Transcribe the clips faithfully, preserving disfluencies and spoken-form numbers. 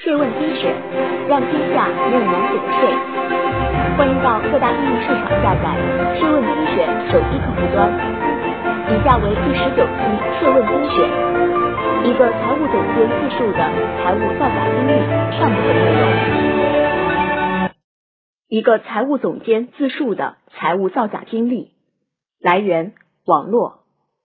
税问精选，让天下没有难解的税。欢迎到各大应用市场下载“税问精选”手机客户端。以下为第十九期税问精选，一个财务总监自述的财务造假经历上部分内容。一个财务总监自述的财务造假经历，来源网络。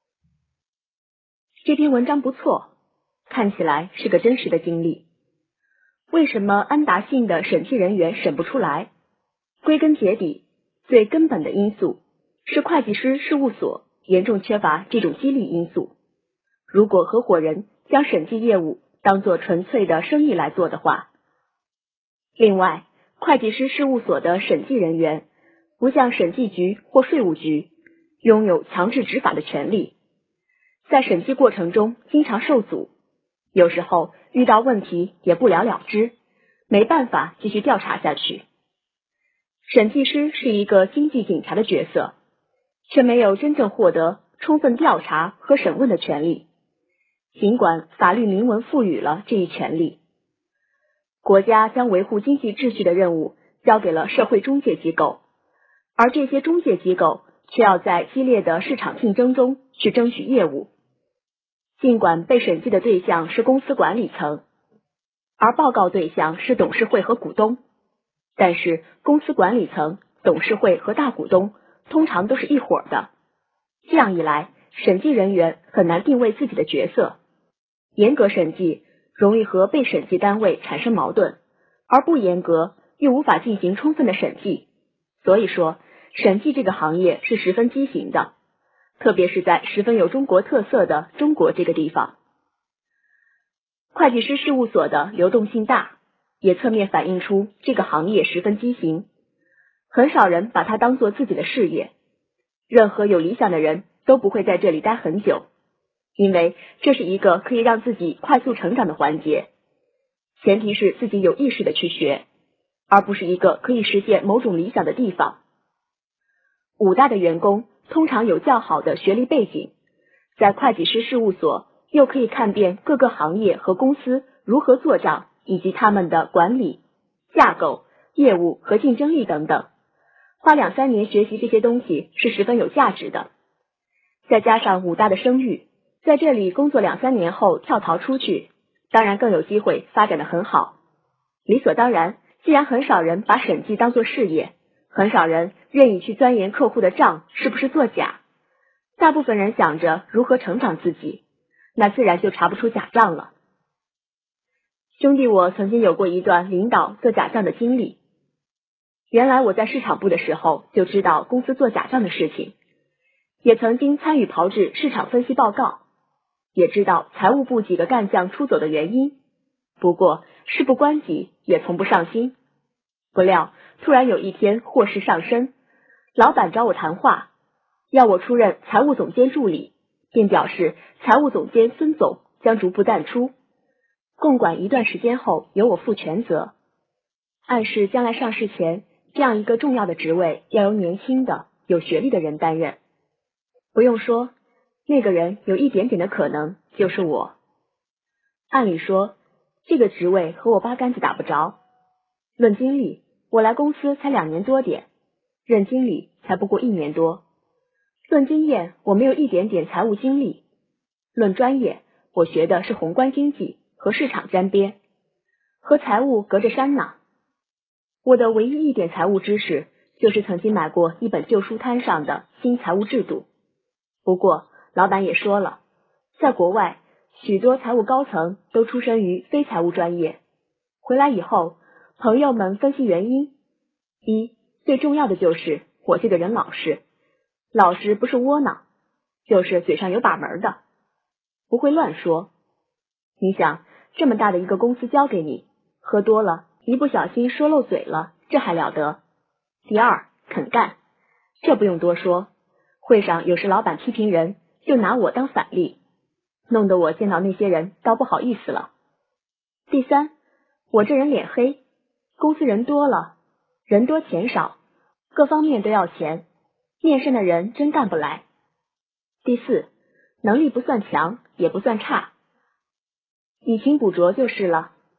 这篇文章不错，看起来是个真实的经历。为什么安达信的审计人员审不出来？归根结底，最根本的因素是会计师事务所严重缺乏这种激励因素。如果合伙人将审计业务当作纯粹的生意来做的话，另外，会计师事务所的审计人员不像审计局或税务局拥有强制执法的权利，在审计过程中经常受阻，有时候遇到问题也不了了之，没办法继续调查下去。审计师是一个经济警察的角色，却没有真正获得充分调查和审问的权利，尽管法律明文赋予了这一权利。国家将维护经济秩序的任务交给了社会中介机构，而这些中介机构却要在激烈的市场竞争中去争取业务。尽管被审计的对象是公司管理层，而报告对象是董事会和股东，但是公司管理层、董事会和大股东通常都是一伙的。这样一来，审计人员很难定位自己的角色。严格审计容易和被审计单位产生矛盾，而不严格又无法进行充分的审计。所以说，审计这个行业是十分畸形的。特别是在十分有中国特色的中国这个地方，会计师事务所的流动性大，也侧面反映出这个行业十分畸形。很少人把它当作自己的事业，任何有理想的人都不会在这里待很久，因为这是一个可以让自己快速成长的环节，前提是自己有意识的去学，而不是一个可以实现某种理想的地方。武大的员工通常有较好的学历背景，在会计师事务所又可以看遍各个行业和公司如何做账，以及他们的管理、架构、业务和竞争力等等。花两三年学习这些东西是十分有价值的。再加上武大的声誉，在这里工作两三年后跳槽出去，当然更有机会发展得很好。理所当然，既然很少人把审计当作事业，很少人愿意去钻研客户的账是不是作假，大部分人想着如何成长自己，那自然就查不出假账了。兄弟我曾经有过一段领导做假账的经历。原来我在市场部的时候就知道公司做假账的事情，也曾经参与炮制市场分析报告，也知道财务部几个干将出走的原因，不过事不关己，也从不上心。不料突然有一天祸事上身，老板找我谈话，要我出任财务总监助理，并表示财务总监孙总将逐步淡出，共管一段时间后由我负全责，暗示将来上市前这样一个重要的职位要由年轻的有学历的人担任。不用说，那个人有一点点的可能就是我。按理说这个职位和我八竿子打不着，论经历，我来公司才两年多点，任经理才不过一年多。论经验，我没有一点点财务经历。论专业，我学的是宏观经济，和市场沾边，和财务隔着山呢。我的唯一一点财务知识，就是曾经买过一本旧书摊上的新财务制度。不过，老板也说了，在国外，许多财务高层都出身于非财务专业，回来以后，朋友们分析原因，一，最重要的就是我这个人老实，老实不是窝囊，就是嘴上有把门的，不会乱说。你想，这么大的一个公司交给你，喝多了，一不小心说漏嘴了，这还了得？第二，肯干，这不用多说，会上有时老板批评人，就拿我当反例，弄得我见到那些人倒不好意思了。第三，我这人脸黑，公司人多了，人多钱少，各方面都要钱，面善的人真干不来。第四，能力不算强，也不算差，以勤补拙就是了。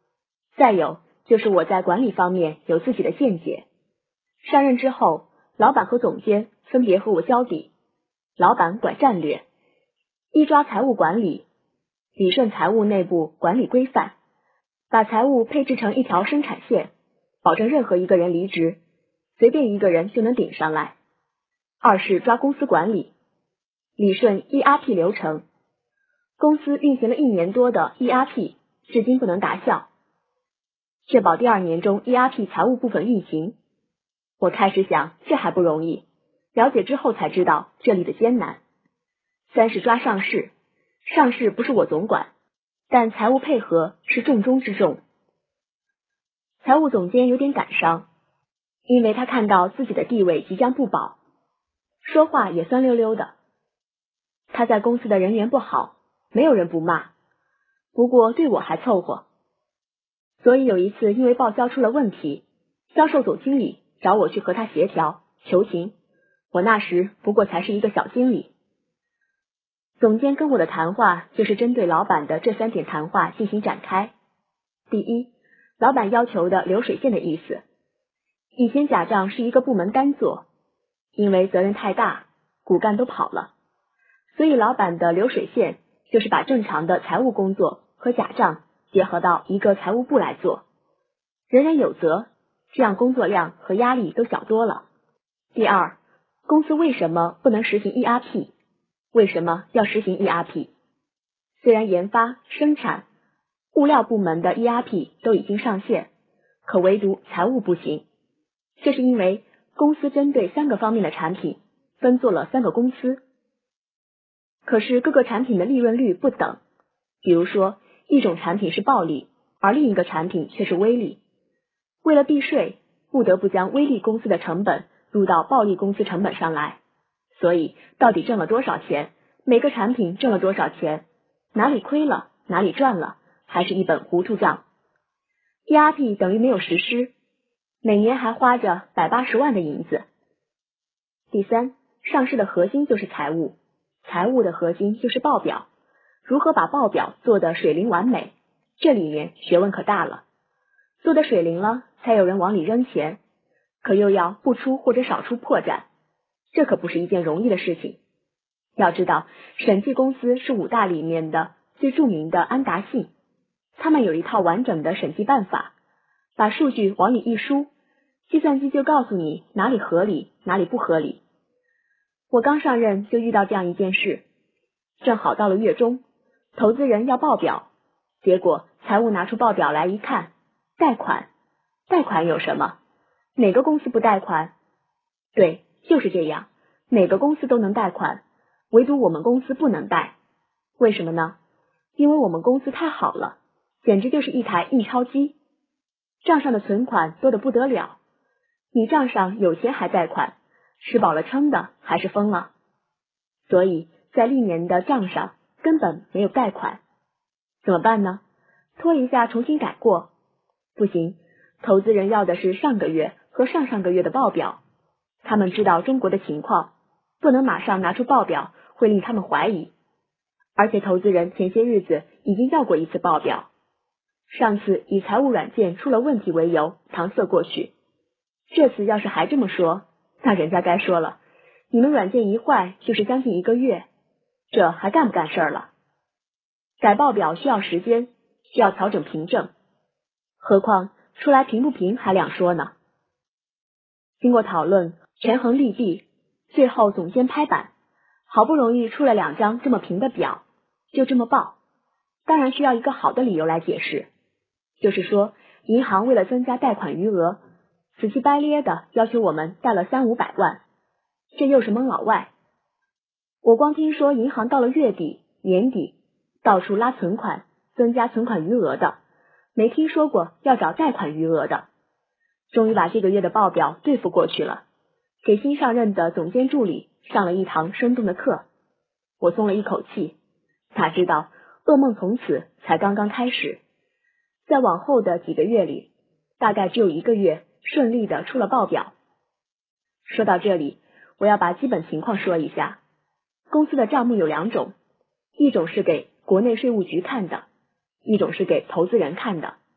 再有就是我在管理方面有自己的见解。上任之后，老板和总监分别和我交底，老板管战略，一抓财务管理，理顺财务内部管理规范，把财务配置成一条生产线，保证任何一个人离职，随便一个人就能顶上来。二是抓公司管理，理顺 E R P 流程，公司运行了一年多的 E R P 至今不能达效，确保第二年中 E R P 财务部分运行。我开始想，这还不容易，了解之后才知道这里的艰难。三是抓上市，上市不是我总管，但财务配合是重中之重。财务总监有点感伤，因为他看到自己的地位即将不保，说话也酸溜溜的。他在公司的人缘不好，没有人不骂，不过对我还凑合。所以有一次因为报销出了问题，销售总经理找我去和他协调求情，我那时不过才是一个小经理。总监跟我的谈话就是针对老板的这三点谈话进行展开。第一，老板要求的流水线的意思。以前假账是一个部门单做，因为责任太大，骨干都跑了，所以老板的流水线就是把正常的财务工作和假账结合到一个财务部来做，人人有责，这样工作量和压力都小多了。第二，公司为什么不能实行 E R P？ 为什么要实行 E R P？ 虽然研发、生产、物料部门的 E R P 都已经上线，可唯独财务不行。这是因为公司针对三个方面的产品分做了三个公司，可是各个产品的利润率不等，比如说一种产品是暴利，而另一个产品却是微利。为了避税，不得不将微利公司的成本入到暴利公司成本上来，所以到底挣了多少钱，每个产品挣了多少钱，哪里亏了，哪里赚了，还是一本糊涂账。E R P 等于没有实施，每年还花着百八十万的银子。第三，上市的核心就是财务，财务的核心就是报表，如何把报表做得水灵完美，这里面学问可大了。做得水灵了，才有人往里扔钱，可又要不出或者少出破绽，这可不是一件容易的事情。要知道，审计公司是五大里面的最著名的安达信，他们有一套完整的审计办法，把数据往里一输，计算机就告诉你哪里合理，哪里不合理。我刚上任就遇到这样一件事，正好到了月中，投资人要报表，结果财务拿出报表来一看，贷款，贷款有什么？哪个公司不贷款？对，就是这样，哪个公司都能贷款，唯独我们公司不能贷。为什么呢？因为我们公司太好了，简直就是一台印钞机，账上的存款多得不得了，你账上有钱还贷款，吃饱了撑的还是疯了。所以在历年的账上根本没有贷款，怎么办呢？拖一下重新改过？不行，投资人要的是上个月和上上个月的报表，他们知道中国的情况，不能马上拿出报表，会令他们怀疑。而且投资人前些日子已经要过一次报表，上次以财务软件出了问题为由搪塞过去，这次要是还这么说，那人家该说了，你们软件一坏就是将近一个月，这还干不干事儿了？改报表需要时间，需要调整凭证，何况出来平不平还两说呢。经过讨论，权衡利弊，最后总监拍板，好不容易出了两张这么平的表，就这么报。当然需要一个好的理由来解释，就是说银行为了增加贷款余额，死乞白咧的要求我们贷了三五百万，这又是蒙老外。我光听说银行到了月底、年底到处拉存款，增加存款余额的，没听说过要找贷款余额的。终于把这个月的报表对付过去了，给新上任的总监助理上了一堂生动的课，我松了一口气，哪知道噩梦从此才刚刚开始。在往后的几个月里，大概只有一个月顺利的出了报表。说到这里，我要把基本情况说一下。公司的账目有两种，一种是给国内税务局看的，一种是给投资人看的。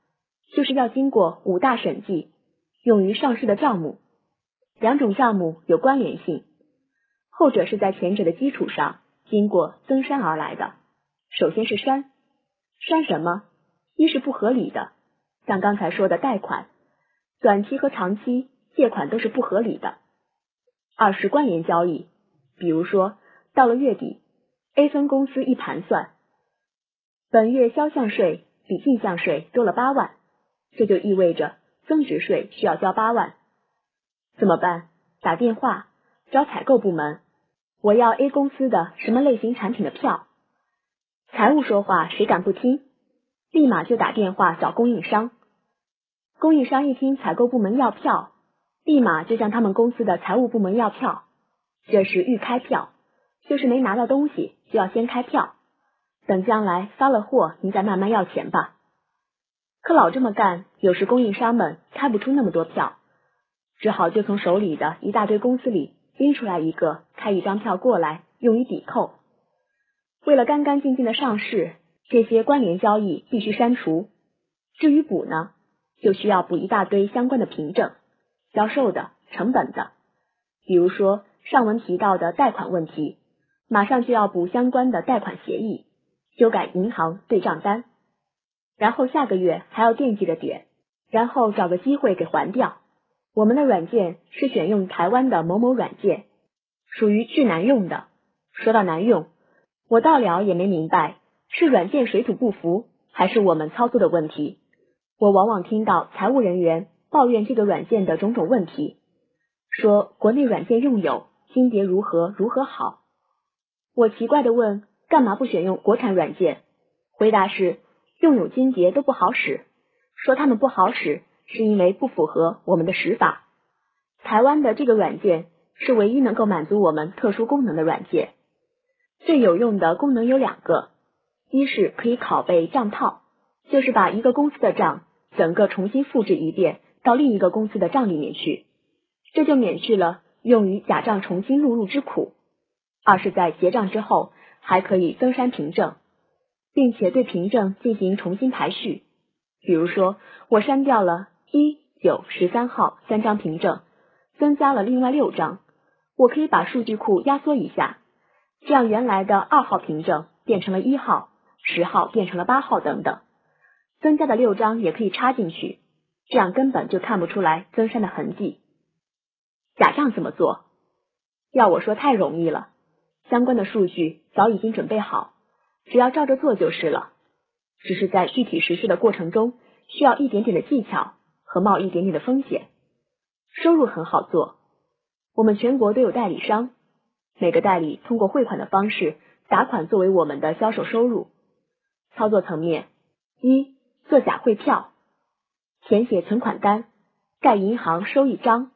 就是要经过五大审计，用于上市的账目。两种账目有关联性，后者是在前者的基础上经过增删而来的。首先是删，删什么？一是不合理的，像刚才说的贷款，短期和长期借款都是不合理的。二是关联交易，比如说到了月底 A 分公司一盘算，本月销项税比进项税多了八万，这就意味着增值税需要交八万。怎么办？打电话找采购部门，我要 A 公司的什么类型产品的票。财务说话谁敢不听？立马就打电话找供应商。供应商一听采购部门要票，立马就向他们公司的财务部门要票，这是预开票，就是没拿到东西就要先开票，等将来发了货您再慢慢要钱吧。可老这么干，有时供应商们开不出那么多票，只好就从手里的一大堆公司里拎出来一个，开一张票过来用于抵扣。为了干干净净的上市，这些关联交易必须删除。至于补呢，就需要补一大堆相关的凭证，销售的、成本的。比如说上文提到的贷款问题，马上就要补相关的贷款协议，修改银行对账单。然后下个月还要惦记着点，然后找个机会给还掉。我们的软件是选用台湾的某某软件，属于巨难用的。说到难用，我到了也没明白，是软件水土不服，还是我们操作的问题。我往往听到财务人员抱怨这个软件的种种问题，说国内软件用友金蝶如何如何好。我奇怪地问，干嘛不选用国产软件？回答是用友金蝶都不好使，说他们不好使是因为不符合我们的使法。台湾的这个软件是唯一能够满足我们特殊功能的软件。最有用的功能有两个，一是可以拷贝账套，就是把一个公司的账整个重新复制一遍到另一个公司的账里面去，这就免去了用于假账重新录入之苦。二是在结账之后还可以增删凭证，并且对凭证进行重新排序。比如说我删掉了一、九、十三号三张凭证，增加了另外六张，我可以把数据库压缩一下，这样原来的二号凭证变成了一号，十号变成了八号等等，增加的六张也可以插进去，这样根本就看不出来增删的痕迹。假账怎么做？要我说太容易了，相关的数据早已经准备好，只要照着做就是了。只是在具体实施的过程中，需要一点点的技巧和冒一点点的风险。收入很好做，我们全国都有代理商，每个代理通过汇款的方式打款作为我们的销售收入。操作层面：一、做假汇票，填写存款单，盖银行收益章；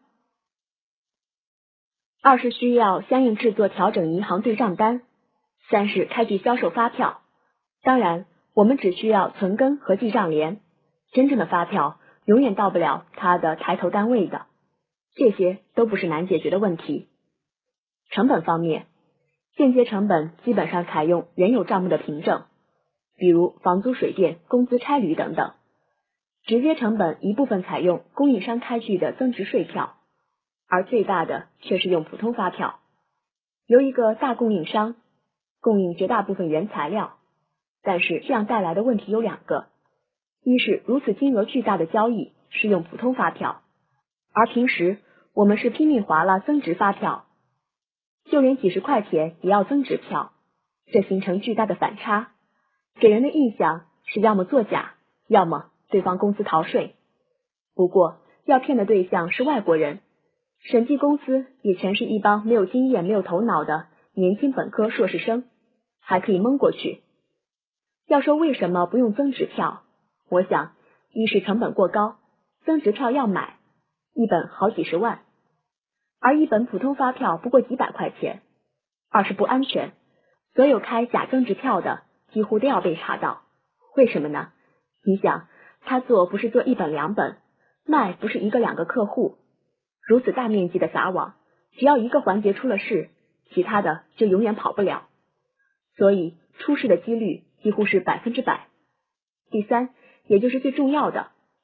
二是需要相应制作调整银行对账单；三是开具销售发票。当然我们只需要存根和记账联，真正的发票永远到不了它的抬头单位的，这些都不是难解决的问题。成本方面，间接成本基本上采用原有账目的凭证，比如房租水电、工资差旅等等。直接成本一部分采用供应商开具的增值税票，而最大的却是用普通发票。由一个大供应商供应绝大部分原材料，但是这样带来的问题有两个，一是如此金额巨大的交易是用普通发票，而平时我们是拼命划拉增值发票，就连几十块钱也要增值票，这形成巨大的反差，给人的印象是要么作假，要么对方公司逃税。不过要骗的对象是外国人，审计公司也全是一帮没有经验没有头脑的年轻本科硕士生，还可以蒙过去。要说为什么不用增值票，我想一是成本过高，增值票要买，一本好几十万，而一本普通发票不过几百块钱；二是不安全，所有开假增值票的几乎都要被查到。为什么呢？你想，他做不是做一本两本，卖不是一个两个客户，如此大面积的撒网，只要一个环节出了事，其他的就永远跑不了，所以出事的几率几乎是百分之百。第三，也就是最重要的，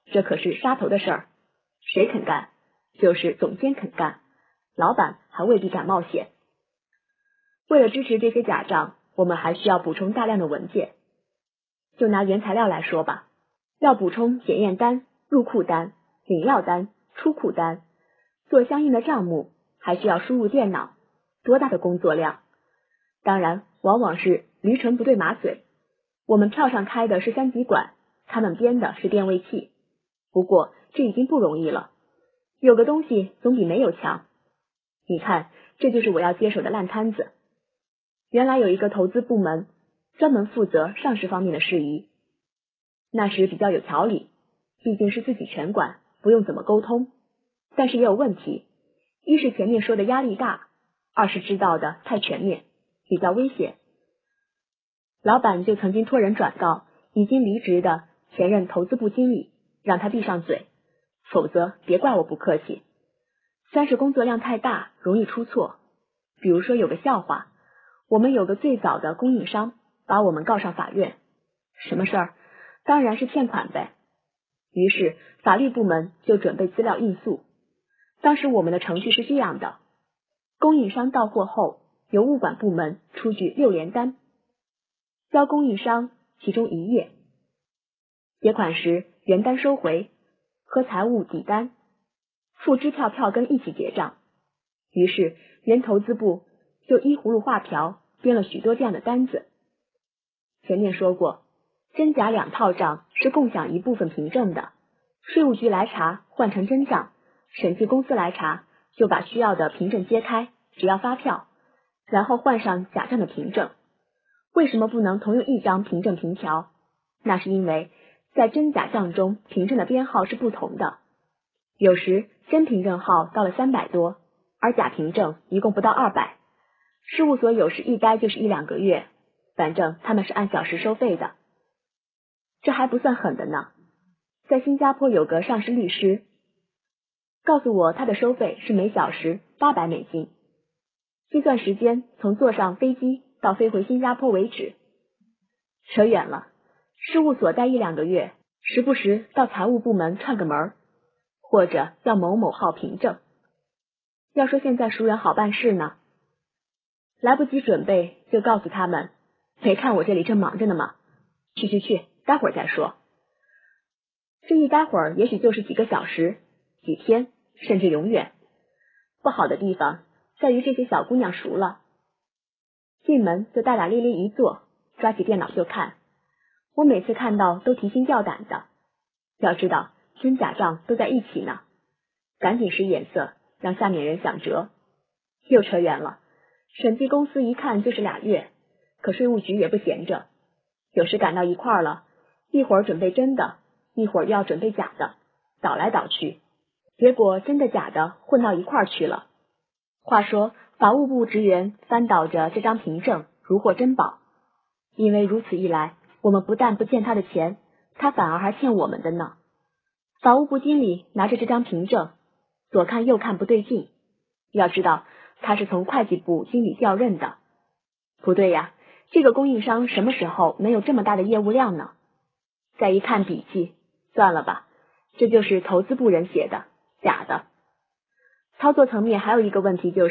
这可是杀头的事儿，谁肯干？就是总监肯干，老板还未必敢冒险。为了支持这些假账，我们还需要补充大量的文件。就拿原材料来说吧，要补充检验单、入库单、领料单、出库单，做相应的账目，还需要输入电脑，多大的工作量！当然，往往是驴唇不对马嘴。我们票上开的是三极管，他们编的是电位器。不过这已经不容易了，有个东西总比没有强。你看，这就是我要接手的烂摊子。原来有一个投资部门，专门负责上市方面的事宜。那时比较有条理，毕竟是自己全管，不用怎么沟通。但是也有问题，一是前面说的压力大，二是知道的太全面，比较危险。老板就曾经托人转告已经离职的前任投资部经理，让他闭上嘴，否则别怪我不客气。三是工作量太大，容易出错。比如说有个笑话，我们有个最早的供应商把我们告上法院，什么事儿？当然是欠款呗。于是法律部门就准备资料应诉。当时我们的程序是这样的，供应商到货后，由物管部门出具六联单，交供应商其中一页，结款时原单收回，和财务抵单，付支票票根一起结账。于是原投资部就依葫芦画瓢编了许多这样的单子。前面说过，真假两套账是共享一部分凭证的，税务局来查换成真账，审计公司来查就把需要的凭证揭开，只要发票，然后换上假账的凭证。为什么不能同用一张凭证凭条？那是因为在真假账中凭证的编号是不同的，有时真凭证号到了三百多，而假凭证一共不到二百。事务所有时一待就是一两个月，反正他们是按小时收费的。这还不算狠的呢，在新加坡有个上市律师告诉我，他的收费是每小时八百美金，计算时间从坐上飞机到飞回新加坡为止。扯远了，事务所待一两个月，时不时到财务部门串个门，或者要某某号凭证。要说现在熟人好办事呢，来不及准备就告诉他们，没看我这里正忙着呢吗？去去去，待会儿再说。这一待会儿也许就是几个小时、几天，甚至永远。不好的地方在于这些小姑娘熟了，进门就大大咧咧一坐，抓起电脑就看。我每次看到都提心吊胆的，要知道真假账都在一起呢，赶紧使眼色，让下面人想辙。又扯远了，审计公司一看就是俩月，可税务局也不闲着，有时赶到一块儿了，一会儿准备真的，一会儿又要准备假的，倒来倒去，结果真的假的混到一块儿去了。话说法务部职员翻倒着这张凭证如获珍宝，因为如此一来，我们不但不欠他的钱，他反而还欠我们的呢。法务部经理拿着这张凭证，左看右看不对劲，要知道他是从会计部经理调任的。不对呀，这个供应商什么时候能有这么大的业务量呢？再一看笔记，算了吧，这就是投资部人写的，假的。操作层面还有一个问题就是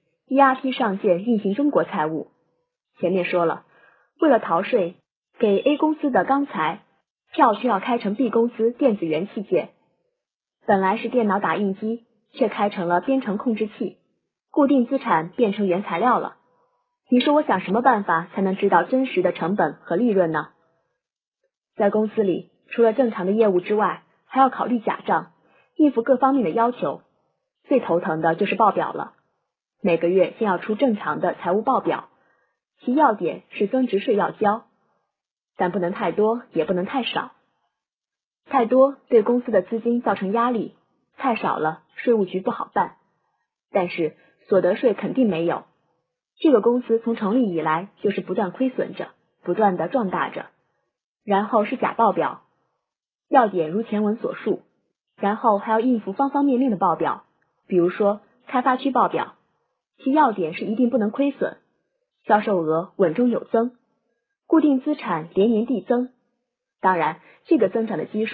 E R P 上线运行中国财务。前面说了，为了逃税，给 A 公司的钢材票却要开成 B 公司电子元器件，本来是电脑打印机，却开成了编程控制器，固定资产变成原材料了。你说我想什么办法才能知道真实的成本和利润呢？在公司里，除了正常的业务之外，还要考虑假账，应付各方面的要求。最头疼的就是报表了，每个月先要出正常的财务报表，其要点是增值税要交，但不能太多，也不能太少。太多对公司的资金造成压力，太少了税务局不好办。但是所得税肯定没有，这个公司从成立以来就是不断亏损着，不断的壮大着。然后是假报表，要点如前文所述，然后还要应付方方面面的报表，比如说开发区报表，其要点是一定不能亏损，销售额稳中有增，固定资产连年递增。当然，这个增长的基数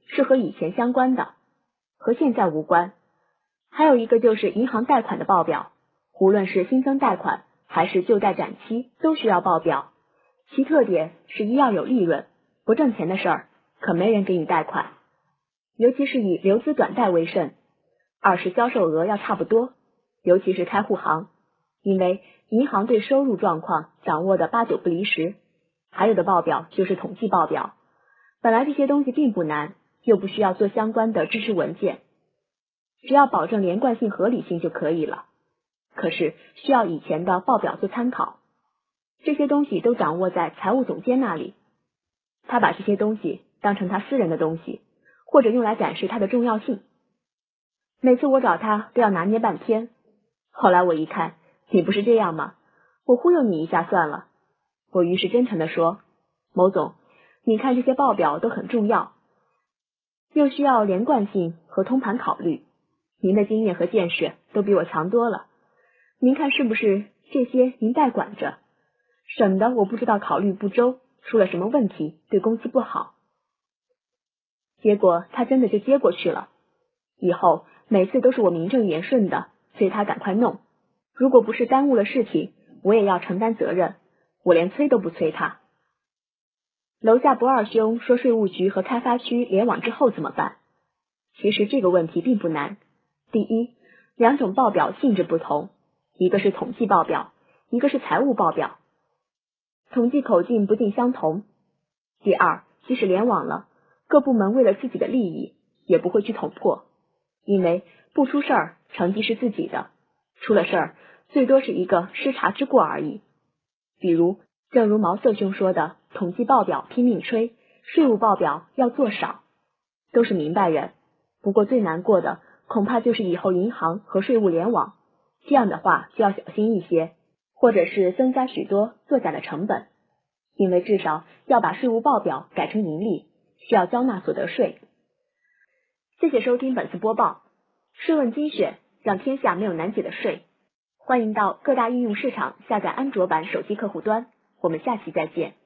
是和以前相关的，和现在无关。还有一个就是银行贷款的报表，无论是新增贷款还是旧贷展期都需要报表，其特点是一要有利润，不挣钱的事儿可没人给你贷款，尤其是以流资短贷为甚。二是销售额要差不多，尤其是开户行，因为银行对收入状况掌握的八九不离十。还有的报表就是统计报表，本来这些东西并不难，又不需要做相关的支持文件，只要保证连贯性合理性就可以了。可是需要以前的报表做参考，这些东西都掌握在财务总监那里，他把这些东西当成他私人的东西，或者用来展示它的重要性。每次我找他都要拿捏半天，后来我一看，你不是这样吗？我忽悠你一下算了。我于是真诚地说，某总，你看这些报表都很重要，又需要连贯性和通盘考虑，您的经验和见识都比我强多了，您看是不是这些您代管着，省得我不知道考虑不周，出了什么问题，对公司不好。结果他真的就接过去了，以后每次都是我名正言顺的催他赶快弄，如果不是耽误了事情，我也要承担责任，我连催都不催他。楼下不二兄说税务局和开发区联网之后怎么办？其实这个问题并不难。第一，两种报表性质不同，一个是统计报表，一个是财务报表，统计口径不尽相同。第二，即使联网了，各部门为了自己的利益也不会去捅破，因为不出事儿，成绩是自己的，出了事儿，最多是一个失察之过而已。比如正如毛瑟兄说的，统计报表拼命吹，税务报表要做少，都是明白人。不过最难过的恐怕就是以后银行和税务联网，这样的话就要小心一些，或者是增加许多作假的成本，因为至少要把税务报表改成盈利，需要交纳所得税。谢谢收听本次播报，税问精选，让天下没有难解的税。欢迎到各大应用市场下载安卓版手机客户端，我们下期再见。